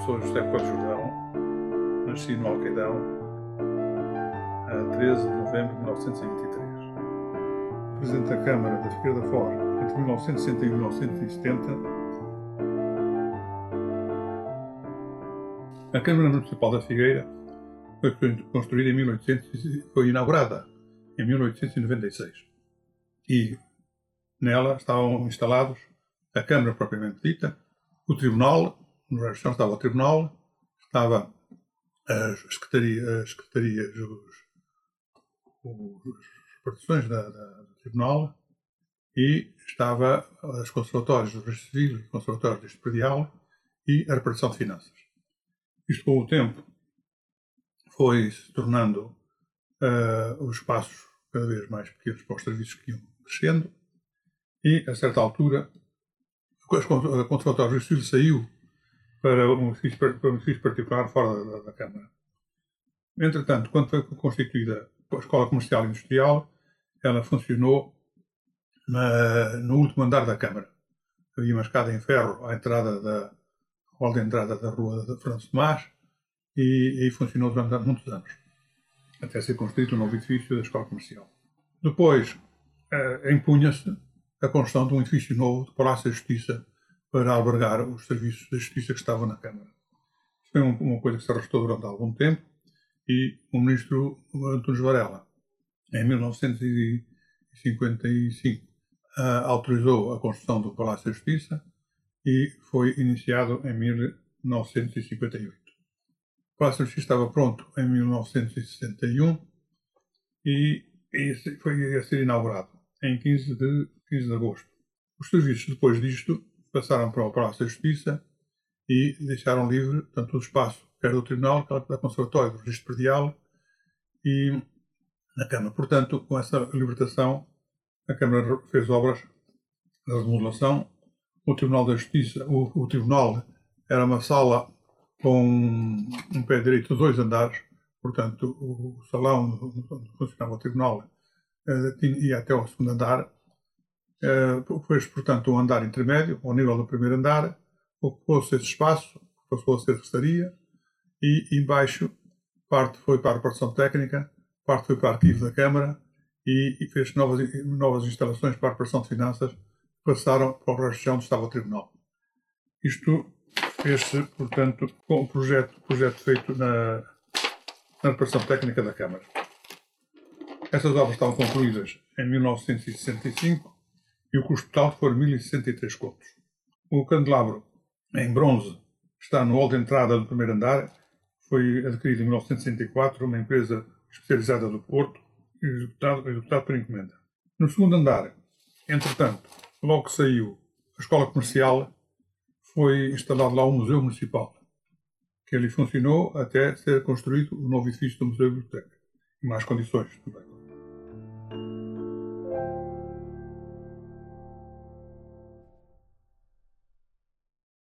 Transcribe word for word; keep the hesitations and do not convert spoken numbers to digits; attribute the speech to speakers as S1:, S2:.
S1: sou José Coelho Jordão, nasci no Alcaidão a treze de novembro de mil novecentos e vinte e três. Presidente da Câmara da Figueira da Foz entre mil novecentos e sessenta e um e mil novecentos e setenta. A Câmara Municipal da Figueira foi construída em mil e oitocentos e foi inaugurada em mil oitocentos e noventa e seis. E nela estavam instalados a Câmara propriamente dita, o Tribunal, no resto estava o Tribunal, estava as secretarias, as, secretarias, os, os repartições da, da, do Tribunal, e estava as conservatórias do Registro Civil e conservatórios do Registro Predial e a repartição de finanças. Isto, com o tempo, foi se tornando uh, os espaços cada vez mais pequenos para os serviços que iam crescendo, e, a certa altura, a Conservatória do Registro Civil saiu para um edifício, para um edifício particular fora da, da Câmara. Entretanto, quando foi constituída a Escola Comercial e Industrial, ela funcionou na, no último andar da Câmara. Havia uma escada em ferro à entrada da hall de entrada da rua de Fernando Tomás, e aí funcionou durante muitos anos, até ser construído um novo edifício da Escola Comercial. Depois, eh, impunha-se a construção de um edifício novo de Palácio da Justiça para albergar os serviços da Justiça que estavam na Câmara. Isso foi uma coisa que se arrastou durante algum tempo, e o ministro Antunes Varela, em mil novecentos e cinquenta e cinco, autorizou a construção do Palácio da Justiça e foi iniciado em mil novecentos e cinquenta e oito. O Palácio da Justiça estava pronto em mil novecentos e sessenta e um e, e foi a ser inaugurado em quinze de agosto. Os serviços, depois disto, passaram para o Palácio da Justiça e deixaram livre tanto o espaço quer do Tribunal, quer da Conservatória do Registro Predial e na Câmara. Portanto, com essa libertação, a Câmara fez obras de remodelação. O Tribunal da Justiça, o, o Tribunal era uma sala com um pé direito de dois andares, portanto, o salão onde funcionava o Tribunal ia até ao segundo andar. Fez, portanto, um andar intermédio, ao nível do primeiro andar, ocupou-se esse espaço, passou a ser secretaria, e embaixo parte foi para a repartição técnica, parte foi para o arquivo da Câmara, e, e fez novas, novas instalações para a repartição de finanças, que passaram para o resto onde estava o Tribunal. Isto fez-se, portanto, com o projeto, projeto feito na, na repartição técnica da Câmara. Essas obras estavam concluídas em mil novecentos e sessenta e cinco e o custo total foram mil e sessenta e três contos. O candelabro em bronze que está no hall de entrada do primeiro andar foi adquirido em mil novecentos e sessenta e quatro, uma empresa especializada do Porto, e executado, executado por encomenda. No segundo andar, entretanto, logo que saiu a Escola Comercial, foi instalado lá o Museu Municipal, que ali funcionou até ser construído o novo edifício do Museu e Biblioteca, em mais condições também.